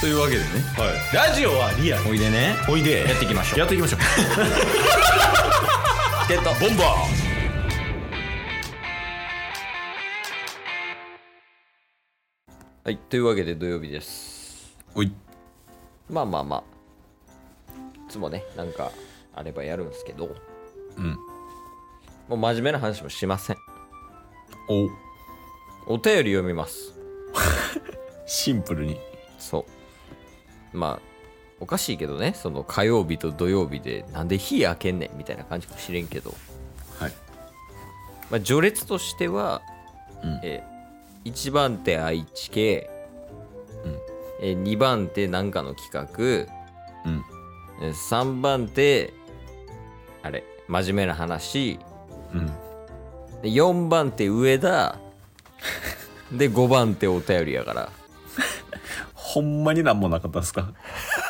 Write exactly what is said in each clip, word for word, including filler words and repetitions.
というわけでね、 はい、ラジオはリアル。 おいでね、 おいでやっていきましょう。 やっていきましょうゲットボンバー。 はい、というわけで土曜日です。 おい。 まあまあまあいつもねなんかあればやるんですけど、 うん。 もう真面目な話もしません。 おお便り読みます。 シンプルに。 そうまあおかしいけどね、その火曜日と土曜日でなんで日開けんねんみたいな感じかもしれんけど、 はい。 まあ序列としては、 うんえいちばん手愛知系、 うんえにばん手なんかの企画、 うんえさんばん手あれ真面目な話、 うんでよんばん手上田でごばん手お便りやから。 ほんまになんもなかったですか？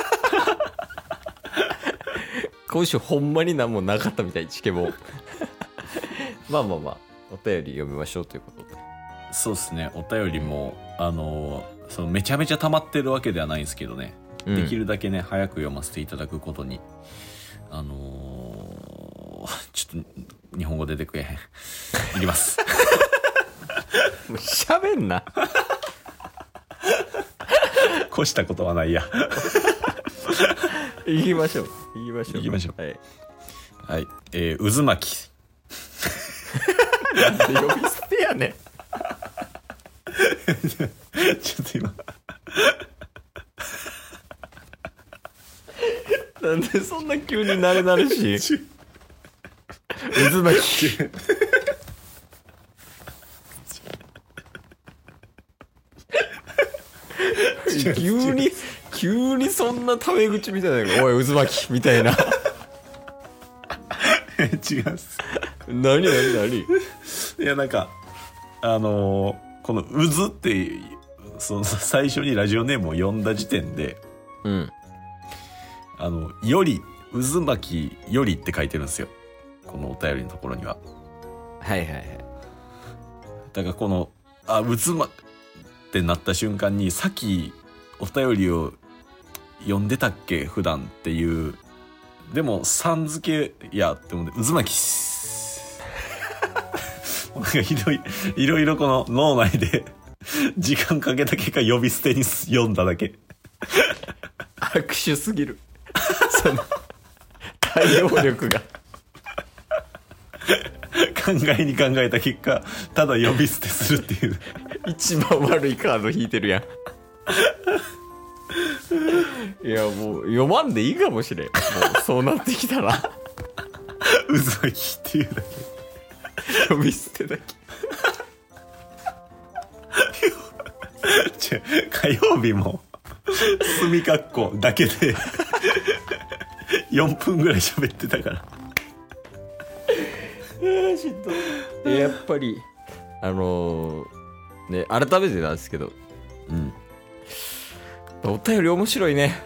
今週ほんまになんもなかったみたい、チケボン。まあまあまあお便り読みましょうということで。 そうですね。お便りもあのー、そのめちゃめちゃ溜まってるわけではないんですけどね、うん、できるだけね早く読ませていただくことにあのー、ちょっと日本語出てくれへんいきます。 もう喋んな。 越したことはないや。 行きましょう行きましょう行きましょう。 はい、 はい、えー、渦巻き。 なんで呼び捨てやねん。 ちょっと今なんでそんな急に慣れ慣れしい。渦巻き。急に急にそんなタメ口みたいな、おい渦巻きみたいな。 違うっす。 何何何。 いやなんかあのー、この渦ってその最初にラジオネームを読んだ時点で、 うん、 あのより渦巻きよりって書いてるんですよ、このお便りのところには。 はいはいはい。 だからこのあ渦巻ってなった瞬間に、さっきお便りを読んでたっけ普段っていう、でもさん付けやって思って渦巻きなんかひどいいろいろこの脳内で時間かけた結果呼び捨てに読んだだけ。 握手すぎる。その対応力が。 考えに考えた結果ただ呼び捨てするっていう一番悪いカード引いてるやん。いやもう読まんでいいかもしれん。もうそうなってきたら渦巻きっていうだけ呼び捨てだけ。 ちょ火曜日も墨括弧だけでよんぷんぐらい喋ってたから。 しんどい。やっぱりあのー、ね改めてなんですけど、 うん、 お便り面白いね。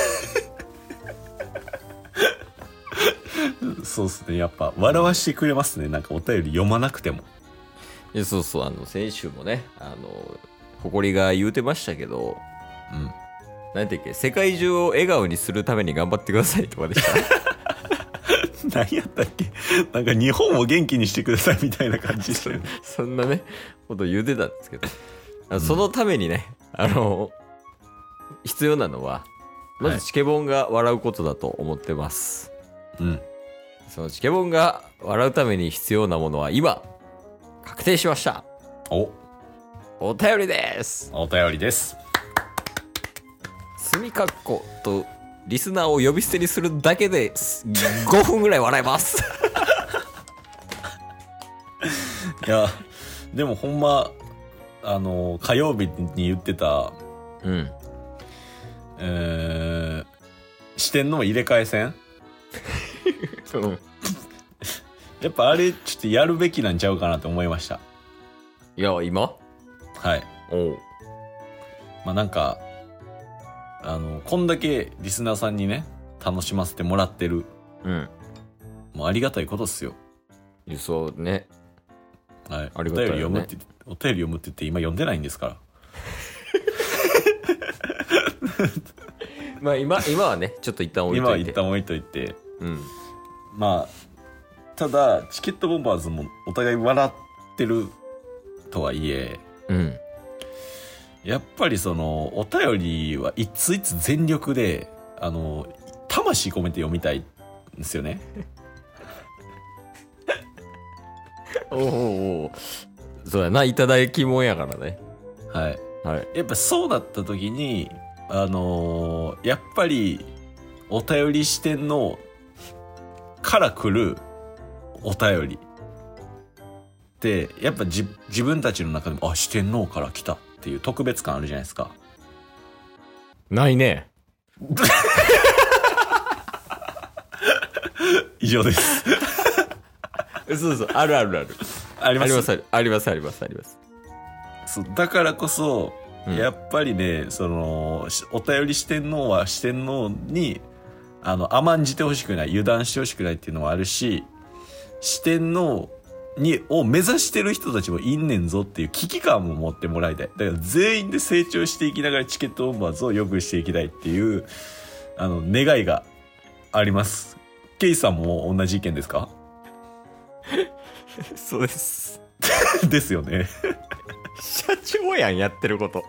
そうっすね、やっぱ笑わしてくれますね、なんかお便り読まなくても。 いやそうそう、あの先週もねあの誇りが言うてましたけど、 うん、 なんていうっけ、世界中を笑顔にするために頑張ってくださいとかでした。 何やったっけ、なんか日本を元気にしてくださいみたいな感じでしたよね。 そんなねこと言うてたんですけど、あのそのためにね、あの必要なのはまずチケボンが笑うことだと思ってます、 はい、うん、 そのチケボンが笑うために必要なものは今確定しました。 おお便りです。 お便りです。 墨括弧とリスナーを呼び捨てにするだけでごふんぐらい笑えます。 いやでもほんまあの火曜日に言ってた、 うん、 えー、視点の入れ替え戦うんやっぱあれちょっとやるべきなんちゃうかなと思いました。 いや今はい、 おう、 まあなんかあのこんだけリスナーさんにね楽しませてもらってる、 うん、 もうありがたいことっすよ。 そうね、 はい、 ありがたいよね。 お便り読むってお便り読むって言って今読んでないんですから。 まあ今今はねちょっと一旦置い今といては一旦置いといて、 うん、 まあただチケットボンバーズもお互い笑ってるとはいえ、 うん、 やっぱりそのお便りはいついつ全力であの魂込めて読みたいんですよね。 おうおうおう、そうやな、いただきもんやからね。 はい、 はい、 やっぱそうだった時にあのー、やっぱりお便り四天王から来るお便りってやっぱじ自分たちの中でもあ四天王から来たっていう特別感あるじゃないですか。 ないね。 以上です。 そうそう、あるあるある。 ありますありますありますあります。 そうだからこそ、 うん、 やっぱりねそのお便り四天王は四天王にあの甘んじてほしくない、油断してほしくないっていうのもあるし、四天王にを目指してる人たちもいんねんぞっていう危機感も持ってもらいたい。だから全員で成長していきながらチケットボンバーズを良くしていきたいっていうあの願いがあります。ケイさんも同じ意見ですか？ そうですですよね。 社長やん、やってること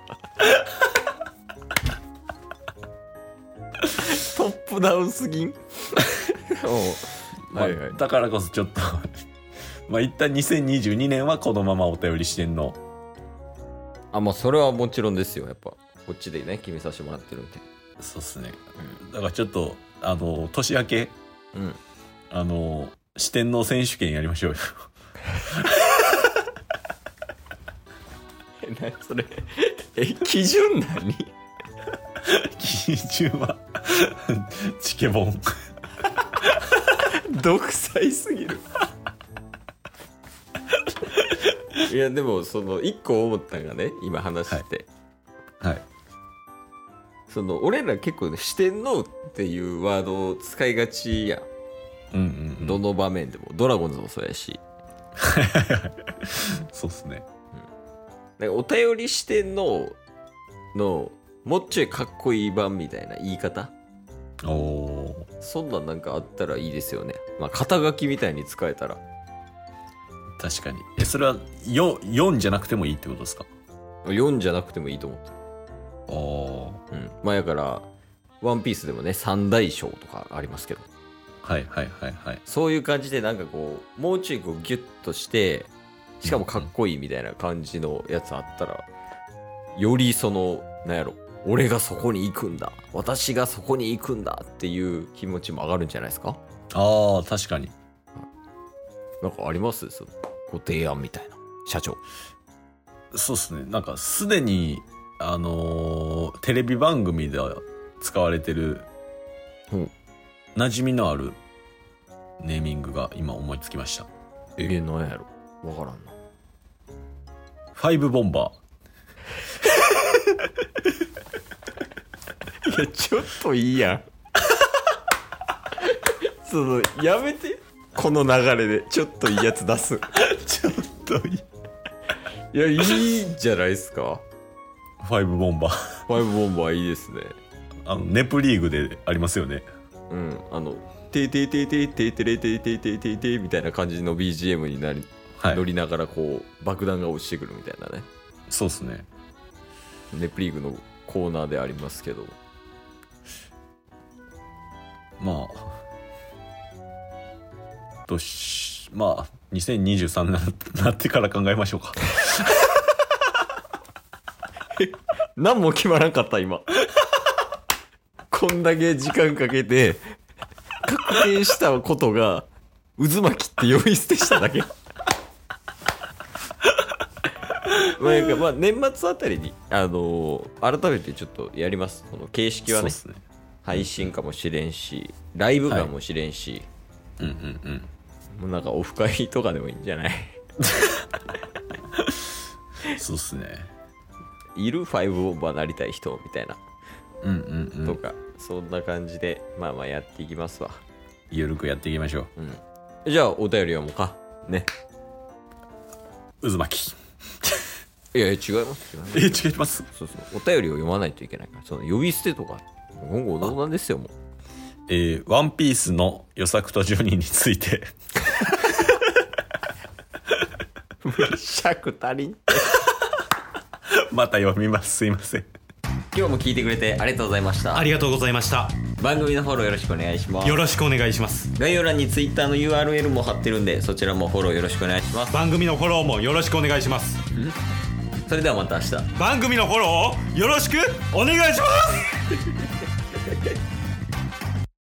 トップダウンすぎん。おはいはい、 まあ、だからこそちょっとまあ一旦にせんにじゅうにねんはこのままお便りしてんの。 あ、まあそれはもちろんですよ。やっぱこっちでね決めさせてもらってるんで。 そうっすね、うん、だからちょっとあの年明け、 うん、 あの四天王選手権やりましょうよ。 え、なそれえ基準何？ 基準はチケボン。 独裁すぎる。いやでもその一個思ったのがね、今話して、 はい、はい、 その俺ら結構ね四天王っていうワードを使いがちやん。 うんうんうん、 どの場面でもドラゴンズもそうやし。 そうっすね、 うん、なんかお便り四天王のもうちょいかっこいい版みたいな言い方、 おそんなんなんかあったらいいですよね。まあ肩書きみたいに使えたら。 確かに。えそれは 4, よんじゃなくてもいいってことですか？ よんじゃなくてもいいと思ってる。 おうん、まあやからワンピースでもね三大将とかありますけど、 はいはいはいはい、 そういう感じでなんかこうもうちょいこうギュッとしてしかもかっこいいみたいな感じのやつあったら、よりそのなんやろ、俺がそこに行くんだ、私がそこに行くんだっていう気持ちも上がるんじゃないですか。 ああ確かに。 なんかありますそのご提案みたいな、社長。 そうっすね、なんかすでにあのー、テレビ番組で使われてる、うん、馴染みのあるネーミングが今思いつきました。 えー、なんやろわからんな。 ファイブボンバー。いやちょっといいやん。そのやめて、この流れでちょっといいやつ出す。 ちょっといい。 いやいいんじゃないですか。 ファイブボンバー。 ファイブボンバーいいですね。あのネプリーグでありますよね。 うん、あのテーテーテーテーテーテレテーテーテーテーテーみたいな感じの ビージーエム になり、はい、乗りながらこう爆弾が落ちてくるみたいなね。 そうですね。 ネプリーグのコーナーでありますけど、 まあどしまあにせんにじゅうさんになってから考えましょうか。 何も決まらんかった今。こんだけ時間かけて確定したことが渦巻きって呼び捨てしただけ。まあ、まあ年末あたりに、あのー、改めてちょっとやります。その形式は ね, ね配信かもしれんしライブかもしれんし、 はい、うんうんうん、 もうなんかオフ会とかでもいいんじゃない？ そうっすね。 いるファイブボンバーなりたい人みたいな、 うんうんうん、 とかそんな感じでまあまあやっていきますわ。 ゆるくやっていきましょう、 うん、じゃあお便り読もうかね。 渦巻きいやいや違います違います。 え違います。 そうそう、お便りを読まないといけないから、その呼び捨てとか今後どうなんですよもう。 えー、ワンピースの与作とジョニーについて尺足りんまた読みます。すいません。 今日も聞いてくれてありがとうございました。 ありがとうございました。 番組のフォローよろしくお願いします。 よろしくお願いします。 概要欄に Twitter の ユーアールエル も貼ってるんで、そちらもフォローよろしくお願いします。 番組のフォローもよろしくお願いします。 それではまた明日。 番組のフォローをよろしくお願いします